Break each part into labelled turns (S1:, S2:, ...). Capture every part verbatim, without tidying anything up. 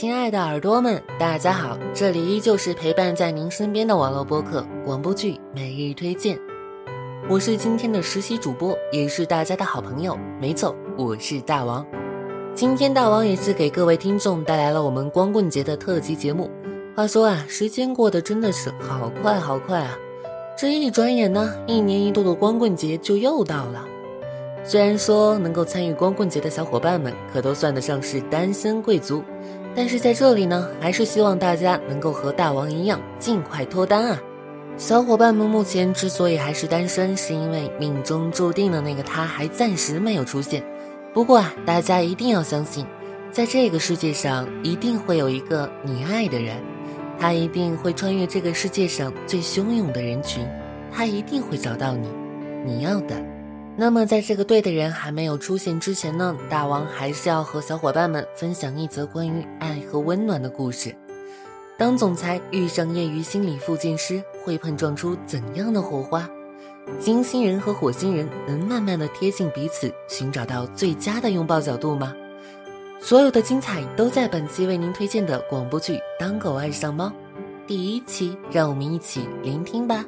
S1: 亲爱的耳朵们，大家好，这里依旧是陪伴在您身边的网络播客广播剧每日推荐，我是今天的实习主播，也是大家的好朋友，没错，我是大王。今天大王也是给各位听众带来了我们光棍节的特辑节目。话说啊，时间过得真的是好快好快啊，这一转眼呢，一年一度的光棍节就又到了。虽然说能够参与光棍节的小伙伴们可都算得上是单身贵族，但是在这里呢，还是希望大家能够和大王一样尽快脱单啊。小伙伴们目前之所以还是单身，是因为命中注定的那个他还暂时没有出现。不过啊，大家一定要相信，在这个世界上一定会有一个你爱的人，他一定会穿越这个世界上最汹涌的人群，他一定会找到你，你要的。那么在这个对的人还没有出现之前呢，大王还是要和小伙伴们分享一则关于爱和温暖的故事。当总裁遇上业余心理复健师，会碰撞出怎样的火花？金星人和火星人能慢慢的贴近彼此，寻找到最佳的拥抱角度吗？所有的精彩都在本期为您推荐的广播剧《当狗爱上猫》第一期，让我们一起聆听吧。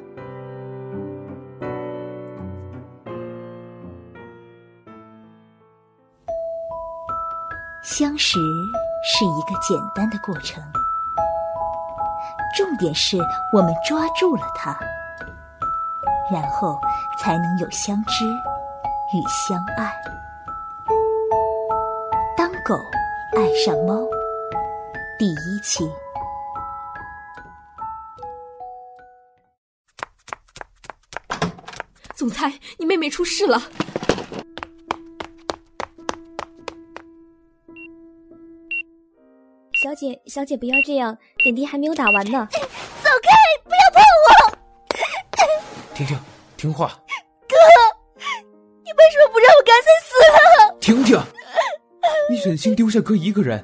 S2: 相识是一个简单的过程，重点是我们抓住了它，然后才能有相知与相爱。当狗爱上猫第一期。
S3: 总裁，你妹妹出事了。
S4: 小姐，小姐不要这样，点滴还没有打完呢。
S5: 走开，不要碰我！
S6: 婷婷，听话。
S5: 哥，你为什么不让我干脆死了？
S6: 婷婷，你忍心丢下哥一个人？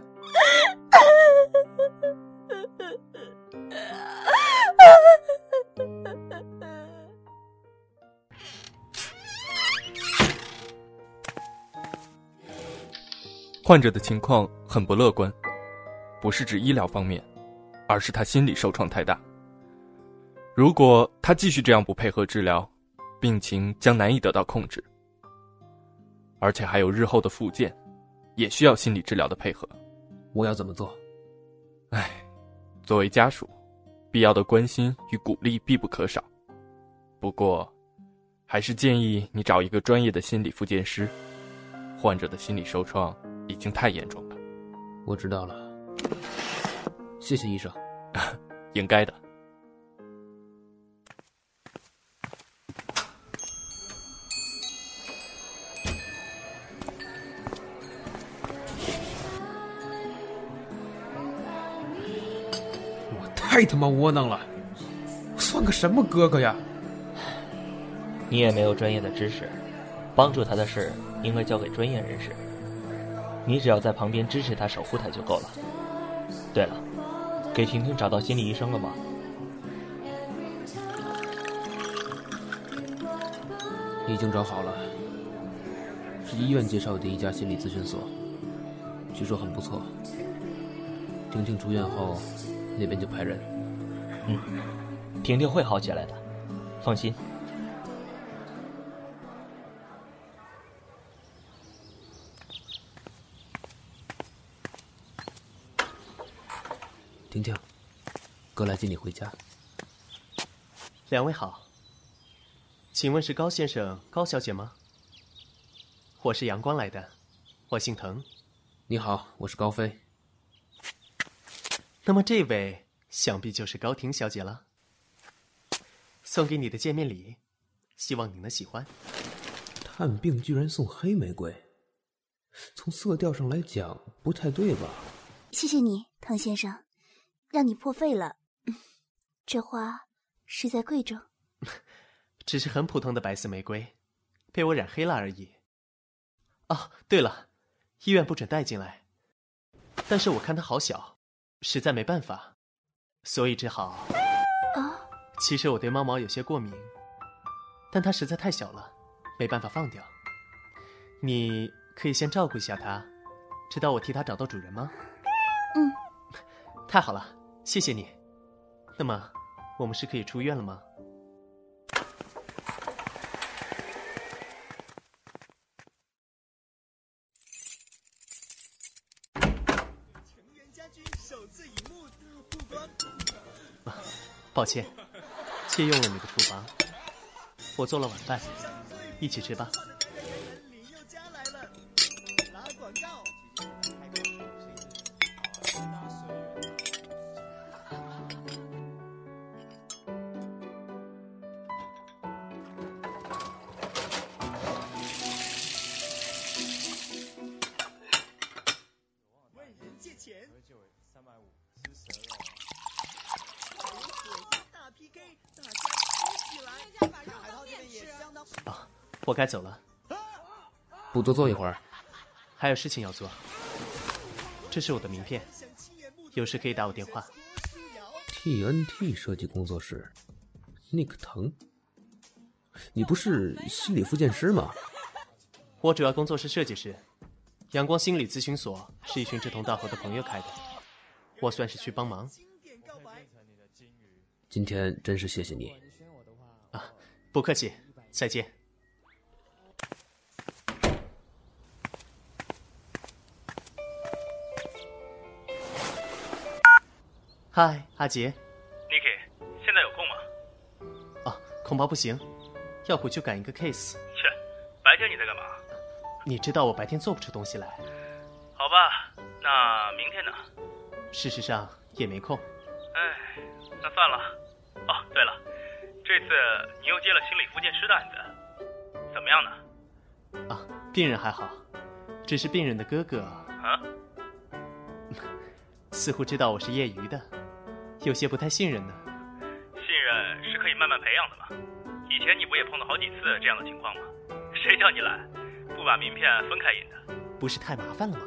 S7: 患者的情况很不乐观，不是指医疗方面，而是他心理受创太大。如果他继续这样不配合治疗，病情将难以得到控制，而且还有日后的复健，也需要心理治疗的配合。
S6: 我要怎么做？
S7: 唉，作为家属，必要的关心与鼓励必不可少。不过，还是建议你找一个专业的心理复健师。患者的心理受创已经太严重了。
S6: 我知道了，谢谢医生。
S7: 应该的。
S6: 我太他妈窝囊了，算个什么哥哥呀？
S8: 你也没有专业的知识，帮助他的事应该交给专业人士，你只要在旁边支持他，守护他就够了。对了，给婷婷找到心理医生了吗？
S6: 已经找好了，是医院介绍的一家心理咨询所，据说很不错。婷婷出院后，那边就派人。
S8: 嗯，婷婷会好起来的，放心。
S6: 婷婷，哥来接你回家。
S9: 两位好，请问是高先生、高小姐吗？我是阳光来的，我姓滕。
S6: 你好，我是高飞。
S9: 那么这位想必就是高婷小姐了。送给你的见面礼，希望你能喜欢。
S6: 探病居然送黑玫瑰，从色调上来讲不太对吧？
S5: 谢谢你，滕先生。让你破费了，这花实在贵重。
S9: 只是很普通的白色玫瑰，被我染黑了而已。哦，对了，医院不准带进来，但是我看它好小，实在没办法，所以只好……
S5: 啊，
S9: 其实我对猫毛有些过敏，但它实在太小了，没办法放掉。你可以先照顾一下它，直到我替它找到主人吗？
S5: 嗯，
S9: 太好了，谢谢你。那么，我们是可以出院了吗？啊，抱歉，借用了你的厨房，我做了晚饭，一起吃吧。啊，我该走了。
S6: 不多坐一会儿？
S9: 还有事情要做。这是我的名片，有事可以打我电话。
S6: T N T 设计工作室，尼克腾，你不是心理复健师吗？
S9: 我主要工作是设计师，阳光心理咨询所是一群志同道合的朋友开的，我算是去帮忙。
S6: 今天真是谢谢你。
S9: 啊，不客气，再见。嗨，阿杰。
S10: Nicky， 现在有空吗？
S9: 啊，恐怕不行，要回去赶一个 case。
S10: 切，白天你在干嘛？
S9: 你知道我白天做不出东西来。
S10: 好吧，那明天呢？
S9: 事实上也没空。
S10: 哎，那算了。哦，对了，这次你又接了心理复健师的案子，怎么样呢？
S9: 啊，病人还好，只是病人的哥哥
S10: 啊，
S9: 似乎知道我是业余的，有些不太信任呢。
S10: 信任是可以慢慢培养的嘛。以前你不也碰到好几次这样的情况吗？谁叫你懒，不把名片分开印的？
S9: 不是太麻烦了吗？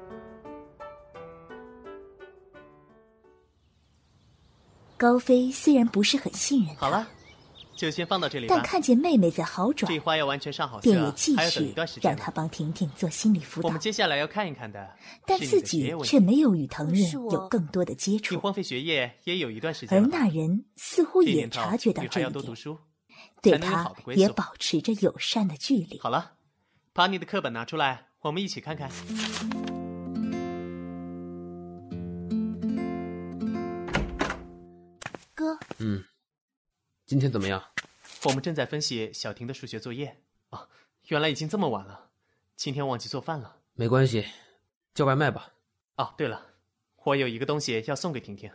S2: 高飞虽然不是很信任他，
S9: 好了，就先放到这里吧。
S2: 但看见妹妹在好转，
S9: 这花要完全上好色，
S2: 便也继
S9: 还要等一
S2: 续
S9: 段时间
S2: 让他帮婷婷做心理辅导。
S9: 我们接下来要看一看的，
S2: 但自己却没有与藤人有更多的接触。
S9: 你荒废学业也有一段时间了，
S2: 而那人似乎也察觉到这一点，对他也保持着友善的距离。
S9: 好了，把你的课本拿出来，我们一起看看。
S5: 哥，
S6: 嗯，今天怎么样？
S9: 我们正在分析小婷的数学作业。哦，原来已经这么晚了，今天忘记做饭了。
S6: 没关系，叫外卖吧。
S9: 哦，对了，我有一个东西要送给婷婷。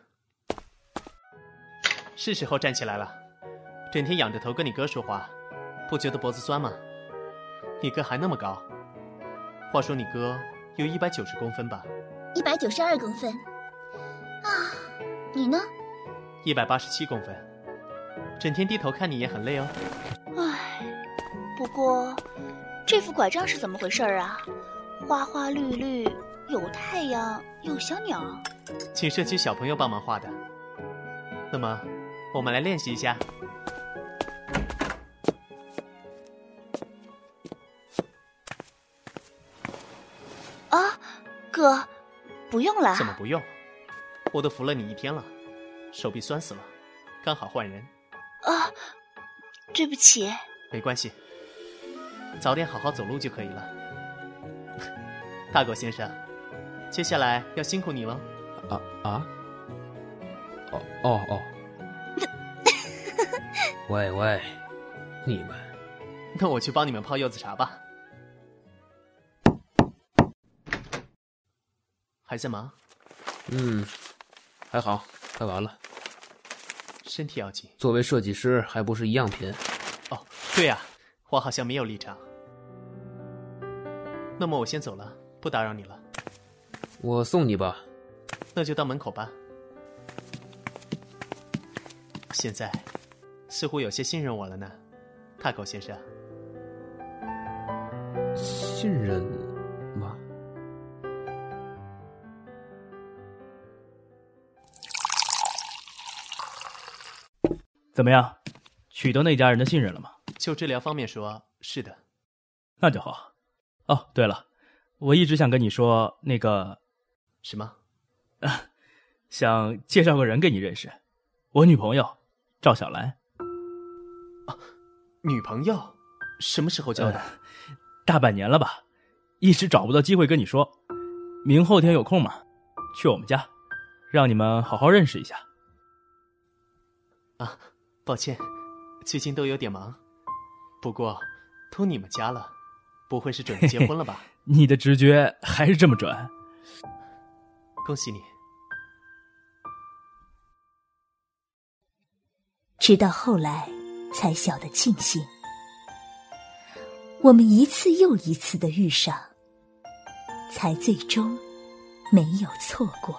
S9: 是时候站起来了，整天仰着头跟你哥说话，不觉得脖子酸吗？你哥还那么高，话说你哥有一百九十公分吧？
S5: 一百九十二公分。啊，你呢？
S9: 一百八十七公分，整天低头看你也很累哦。
S5: 唉，不过这副拐杖是怎么回事啊？花花绿绿，有太阳，有小鸟。
S9: 请社区小朋友帮忙画的。那么，我们来练习一下。
S5: 啊，哥，不用了。
S9: 怎么不用？我都扶了你一天了。手臂酸死了，刚好换人。
S5: 啊，对不起。
S9: 没关系，早点好好走路就可以了。大狗先生，接下来要辛苦你了。
S6: 啊啊！哦哦哦！喂喂，你们，
S9: 那我去帮你们泡柚子茶吧。还在忙？
S6: 嗯，还好，快完了。
S9: 身体要紧。
S6: 作为设计师，还不是一样拼？
S9: 哦，对呀、啊，我好像没有立场。那么我先走了，不打扰你了。
S6: 我送你吧。
S9: 那就到门口吧。现在似乎有些信任我了呢，大狗先生。
S6: 信任吗？
S11: 怎么样，取得那家人的信任了吗？
S9: 就治疗方面说，是的。
S11: 那就好。哦，对了，我一直想跟你说那个……
S9: 什么？
S11: 啊， 想介绍个人给你认识，我女朋友赵小兰。
S9: 啊，女朋友？什么时候交的？
S11: 呃、大半年了吧，一直找不到机会跟你说。明后天有空嘛，去我们家，让你们好好认识一下。
S9: 啊，抱歉，最近都有点忙。不过，都你们家了，不会是准备结婚了吧？
S11: 嘿嘿，你的直觉还是这么准。
S9: 恭喜你。
S2: 直到后来才晓得庆幸，我们一次又一次的遇上，才最终没有错过。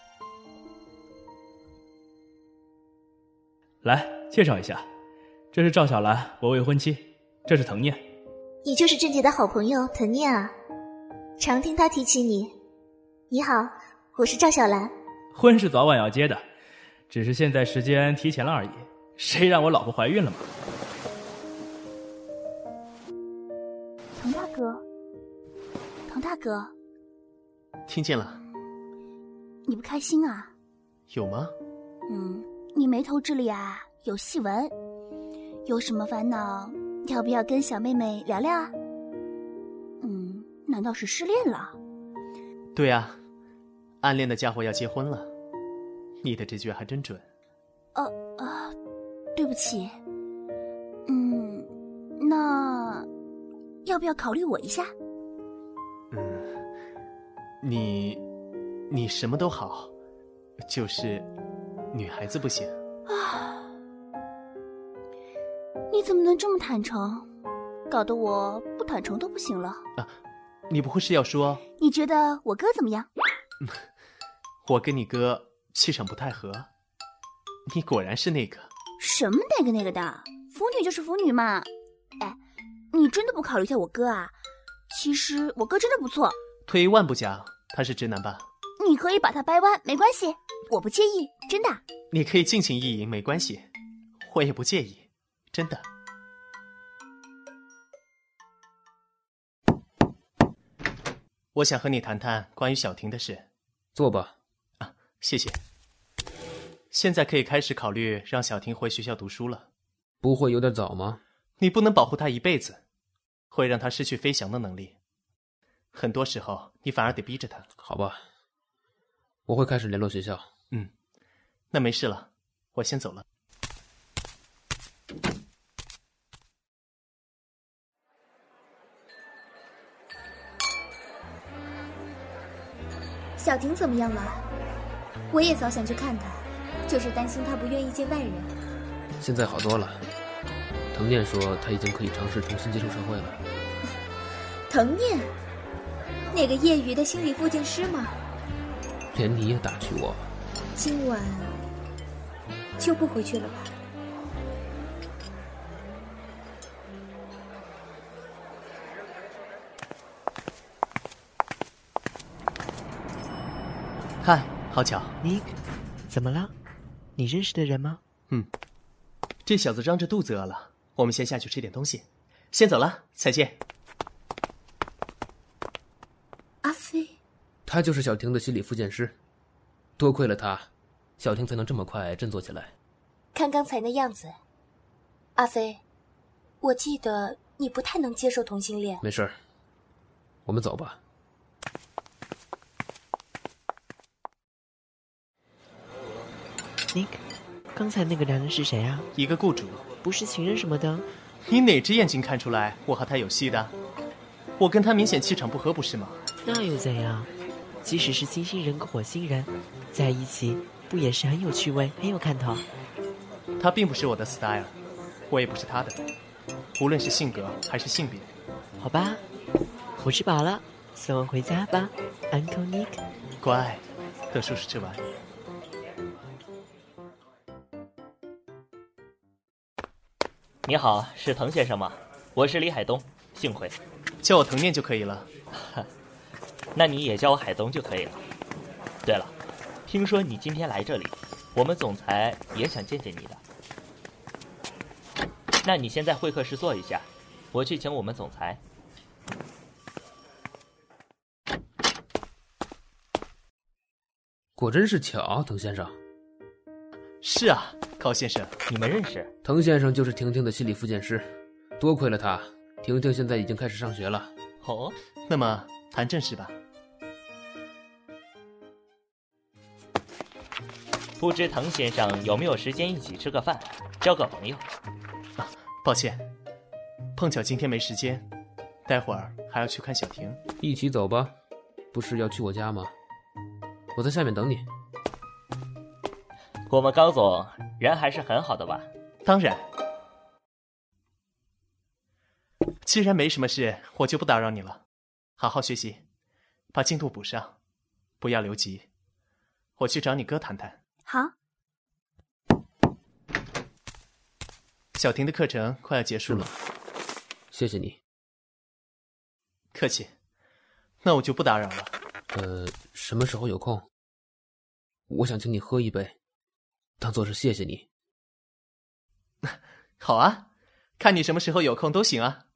S11: 来介绍一下，这是赵小兰，我未婚妻，这是藤念。
S12: 你就是郑姐的好朋友藤念啊，常听她提起你。你好，我是赵小兰。
S11: 婚是早晚要结的，只是现在时间提前了而已。谁让我老婆怀孕了嘛？
S12: 滕大哥，滕大哥，
S9: 听见了。
S12: 你不开心啊？
S9: 有吗？
S12: 嗯，你眉头这里啊有细纹，有什么烦恼？要不要跟小妹妹聊聊啊？嗯，难道是失恋了？
S9: 对啊，暗恋的家伙要结婚了。你的直觉还真准。
S12: 呃呃。对不起，嗯，那要不要考虑我一下？
S9: 嗯，你你什么都好，就是女孩子不行
S12: 啊。你怎么能这么坦诚？搞得我不坦诚都不行了
S9: 啊！你不会是要说
S12: 你觉得我哥怎么样？
S9: 我跟你哥气场不太合，你果然是那个
S12: 什么那个那个的，腐女就是腐女嘛。哎，你真的不考虑一下我哥啊？其实我哥真的不错。
S9: 退一万步讲，他是直男吧？
S12: 你可以把他掰弯，没关系，我不介意，真的。
S9: 你可以尽情意淫，没关系，我也不介意，真的。我想和你谈谈关于小婷的事。
S6: 坐吧。
S9: 啊，谢谢。现在可以开始考虑让小婷回学校读书了。
S6: 不会有点早吗？
S9: 你不能保护她一辈子，会让她失去飞翔的能力。很多时候，你反而得逼着她。
S6: 好吧，我会开始联络学校。
S9: 嗯，那没事了，我先走了。
S4: 小婷怎么样了？我也早想去看她，就是担心她不愿意见外人。
S6: 现在好多了。藤念说他已经可以尝试重新接触社会了。
S4: 藤念？那个业余的心理复健师吗？
S6: 连你也打趣我。
S4: 今晚就不回去了吧？
S9: 嗨，好巧。
S13: Nick， 怎么了？你认识的人吗？
S9: 嗯，这小子张着肚子饿了，我们先下去吃点东西。先走了，再见。
S4: 阿飞，
S6: 他就是小婷的心理复健师，多亏了他，小婷才能这么快振作起来。
S4: 看刚才那样子，阿飞，我记得你不太能接受同性恋。
S6: 没事儿，我们走吧。
S13: Nick， 刚才那个男人是谁啊？
S9: 一个雇主。
S13: 不是情人什么的？
S9: 你哪只眼睛看出来我和他有戏的？我跟他明显气场不合，不是吗？
S13: 那又怎样？即使是金星人跟火星人在一起，不也是很有趣味，很有看头？
S9: 他并不是我的 style， 我也不是他的，无论是性格还是性别。
S13: 好吧，我吃饱了，送我回家吧 ，Uncle Nick。
S9: 乖，等叔叔吃完。
S8: 你好，是滕先生吗？我是李海东，幸会。
S9: 叫我滕念就可以了。
S8: 那你也叫我海东就可以了。对了，听说你今天来这里，我们总裁也想见见你的。那你先在会客室坐一下，我去请我们总裁。
S6: 果真是巧，滕先生。
S9: 是啊，高先生，
S8: 你们认识？
S6: 滕先生就是婷婷的心理复健师，多亏了他，婷婷现在已经开始上学了。
S9: 哦，那么谈正事吧。
S8: 不知滕先生有没有时间一起吃个饭，交个朋友？
S9: 啊，抱歉，碰巧今天没时间，待会儿还要去看小婷。
S6: 一起走吧，不是要去我家吗？我在下面等你。
S8: 我们高总人还是很好的吧？
S9: 当然。既然没什么事，我就不打扰你了，好好学习，把进度补上，不要留级。我去找你哥谈谈。
S12: 好。
S9: 小婷的课程快要结束了，
S6: 谢谢你。
S9: 客气，那我就不打扰了。
S6: 呃，什么时候有空？我想请你喝一杯，当做是谢谢你。
S9: 好啊，看你什么时候有空都行啊。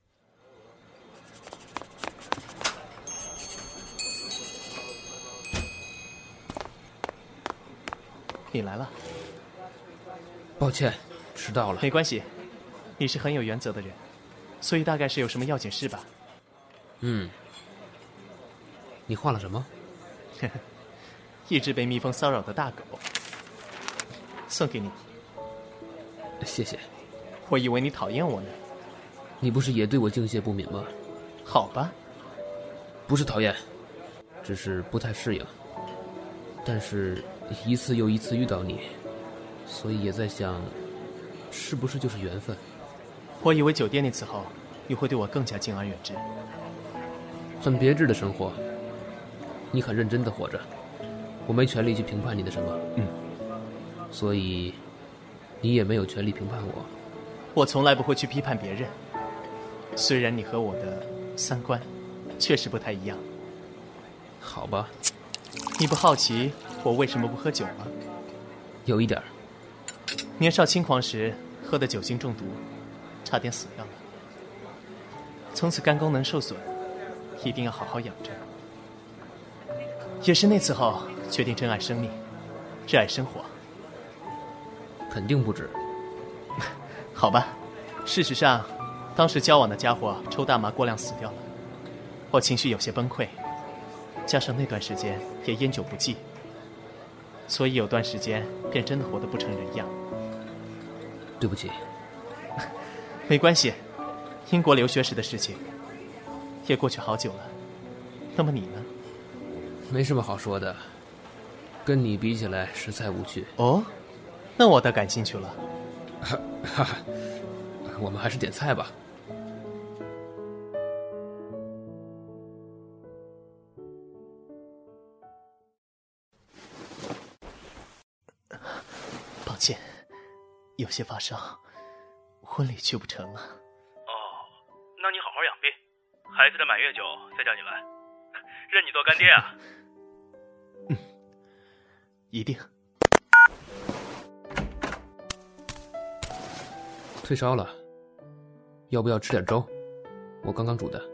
S9: 你来了。
S6: 抱歉，迟到了。
S9: 没关系，你是很有原则的人，所以大概是有什么要紧事吧？
S6: 嗯。你画了什么？
S9: 一只被蜜蜂骚扰的大狗，送给你。
S6: 谢谢。
S9: 我以为你讨厌我呢。
S6: 你不是也对我敬谢不敏吗？
S9: 好吧。
S6: 不是讨厌，只是不太适应。但是一次又一次遇到你，所以也在想，是不是就是缘分？
S9: 我以为酒店那次后，你会对我更加敬而远之。
S6: 很别致的生活，你很认真的活着，我没权利去评判你的什么。
S9: 嗯，
S6: 所以你也没有权利评判我。
S9: 我从来不会去批判别人，虽然你和我的三观确实不太一样。
S6: 好吧。
S9: 你不好奇我为什么不喝酒吗？
S6: 有一点。
S9: 年少轻狂时喝的酒精中毒，差点死掉了。从此肝功能受损，一定要好好养着。也是那次后，决定珍爱生命，热爱生活。
S6: 肯定不止。
S9: 好吧，事实上，当时交往的家伙抽大麻过量死掉了，我情绪有些崩溃，加上那段时间也烟酒不忌，所以有段时间便真的活得不成人样。
S6: 对不起。
S9: 没关系，英国留学时的事情也过去好久了。那么你呢？
S6: 没什么好说的，跟你比起来实在无趣。
S9: 哦，那我倒感兴趣了。
S6: 哈哈，我们还是点菜吧。
S9: 抱歉，有些发烧，婚礼去不成了。
S10: 哦，那你好好养病，孩子的满月酒再叫你来，认你做干爹啊。
S9: 嗯，一定。
S6: 退烧了，要不要吃点粥？我刚刚煮的。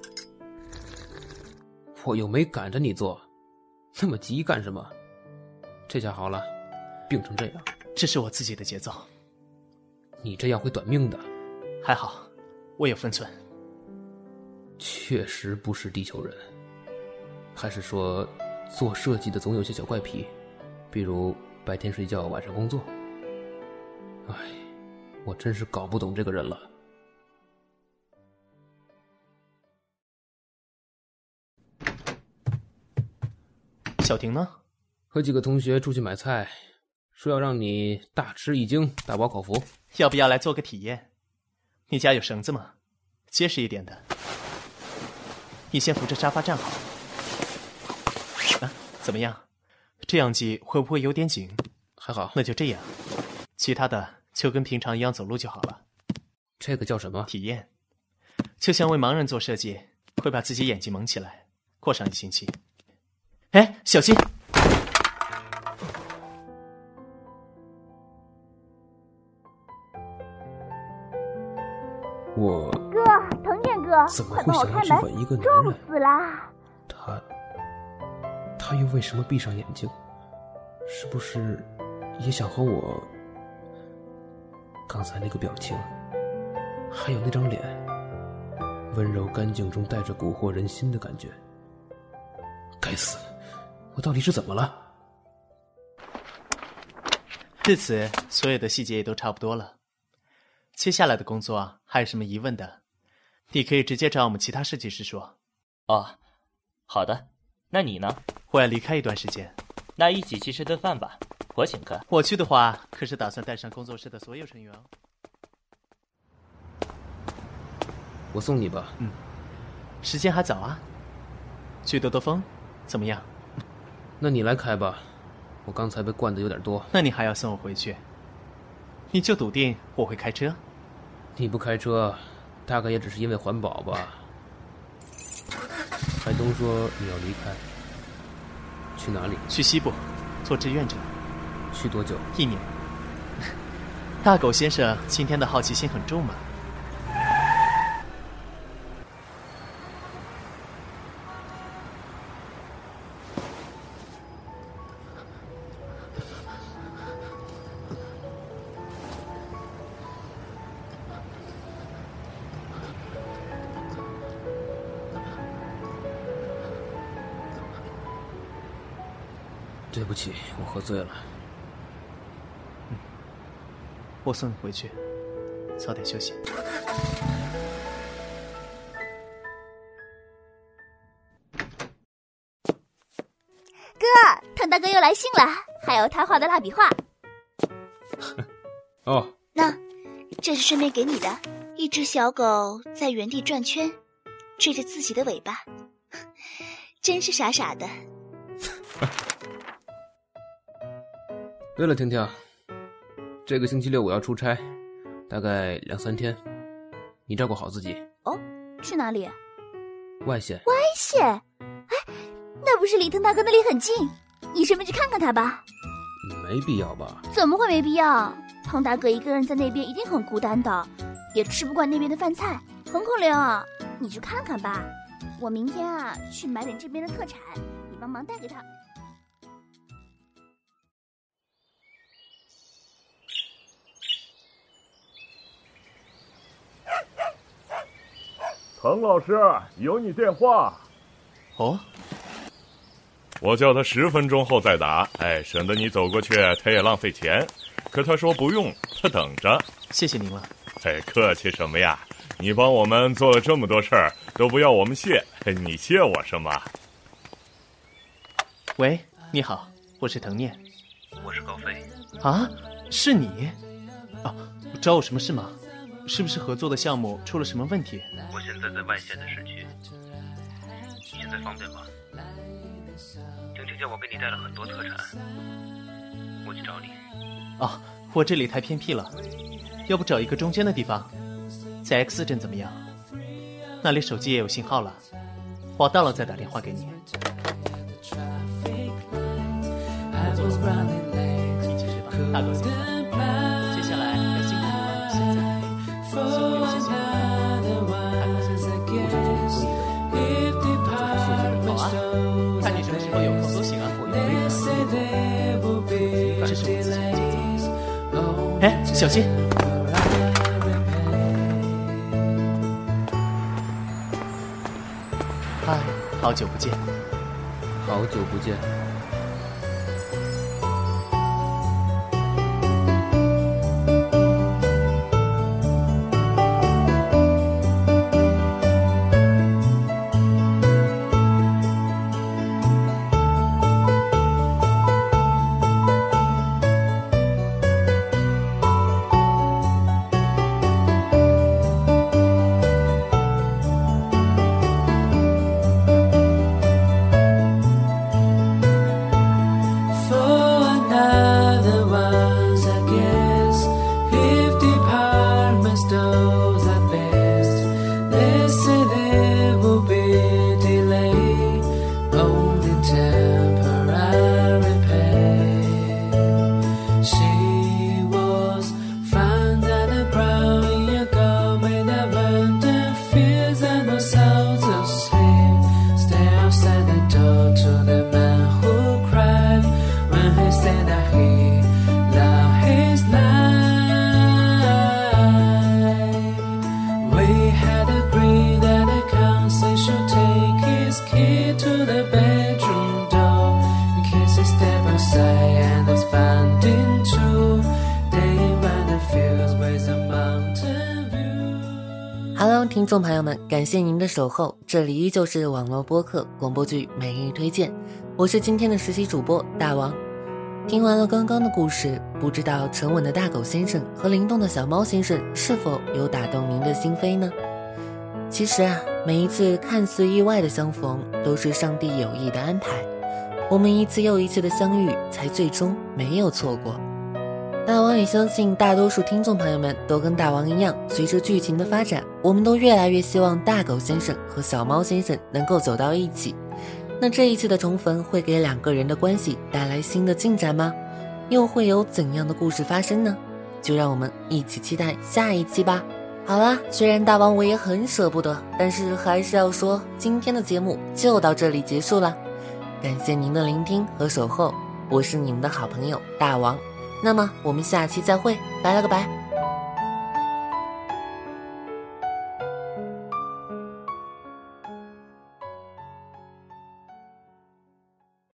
S6: 我又没赶着你做，那么急干什么？这下好了，病成这样。
S9: 这是我自己的节奏。
S6: 你这样会短命的。
S9: 还好，我有分寸。
S6: 确实不是地球人。还是说，做设计的总有些小怪癖，比如白天睡觉，晚上工作。唉。我真是搞不懂这个人了。
S9: 小婷呢？
S6: 和几个同学出去买菜，说要让你大吃一惊，大饱口福。
S9: 要不要来做个体验？你家有绳子吗？结实一点的。你先扶着沙发站好。啊，怎么样？这样系会不会有点紧？
S6: 还好。
S9: 那就这样，其他的就跟平常一样走路就好了。
S6: 这个叫什么？
S9: 体验。就像为盲人做设计，会把自己眼睛蒙起来，过上一星期。哎，小心！
S6: 我
S12: 哥，腾健哥，
S6: 怎么会想要去吻一个男人？
S12: 重死了！
S6: 他，他他又为什么闭上眼睛？是不是也想和我？刚才那个表情，还有那张脸，温柔干净中带着蛊惑人心的感觉。该死，我到底是怎么了？
S9: 至此，所有的细节也都差不多了。接下来的工作还有什么疑问的，你可以直接找我们其他设计师说。
S8: 哦，好的。那你呢？
S9: 我要离开一段时间。
S8: 那一起去吃顿饭吧，我请客。
S9: 我去的话，可是打算带上工作室的所有成员哦。
S6: 我送你吧。
S9: 嗯，时间还早啊。去兜兜风，怎么样？
S6: 那你来开吧，我刚才被灌得有点多。
S9: 那你还要送我回去？你就笃定我会开车？
S6: 你不开车，大概也只是因为环保吧。海东说你要离开，去哪里？
S9: 去西部，做志愿者。
S6: 去多久？
S9: 一年。大狗先生今天的好奇心很重嘛。
S6: 对不起，我喝醉了。
S9: 嗯，我送你回去，早点休息。
S12: 哥，滕大哥又来信了，还有他画的蜡笔画。
S6: 哦，
S5: 那这是顺便给你的，一只小狗在原地转圈，追着自己的尾巴，真是傻傻的。
S6: 对了，婷婷，这个星期六我要出差，大概两三天，你照顾好自己。
S12: 哦，去哪里？
S6: 外县。
S12: 外县？哎，那不是离滕大哥那里很近？你顺便去看看他吧。
S6: 没必要吧？
S12: 怎么会没必要？滕大哥一个人在那边一定很孤单的，也吃不惯那边的饭菜，很可怜啊。你去看看吧。我明天啊去买点这边的特产，你帮忙带给他。
S14: 滕老师，有你电话。
S9: 哦，
S14: 我叫他十分钟后再打，哎，省得你走过去，他也浪费钱。可他说不用，他等着。
S9: 谢谢您了。
S14: 哎，客气什么呀？你帮我们做了这么多事儿，都不要我们谢，你谢我什么？
S9: 喂，你好，我是滕念。
S10: 我是高飞。
S9: 啊，是你？啊，找我什么事吗？是不是合作的项目出了什么问题？
S10: 我现在在外县的市区，现在方便吗？婷婷叫我给你带了很多特产，我去找你。
S9: 哦，我这里太偏僻了，要不找一个中间的地方，在 X 镇怎么样？那里手机也有信号了，我到了再打电话给你。你继续吧，大狗先生。接下来要辛苦你了，现在。似乎有些心好啊，看你什么时候有空都行啊，我也可以。这是我自己的节奏。哎，小心！嗨，好久不见。
S6: 好久不见。
S1: Hello， 听众朋友们，感谢您的守候，这里依旧是网络播客广播剧每日推荐，我是今天的实习主播大王。听完了刚刚的故事，不知道沉稳的大狗先生和灵动的小猫先生是否有打动您的心扉呢？其实啊，每一次看似意外的相逢，都是上帝有意的安排，我们一次又一次的相遇，才最终没有错过。大王也相信大多数听众朋友们都跟大王一样，随着剧情的发展，我们都越来越希望大狗先生和小猫先生能够走到一起。那这一次的重逢会给两个人的关系带来新的进展吗？又会有怎样的故事发生呢？就让我们一起期待下一期吧。好啦，虽然大王我也很舍不得，但是还是要说，今天的节目就到这里结束了。感谢您的聆听和守候，我是你们的好朋友大王。那么我们下期再会，拜了个拜。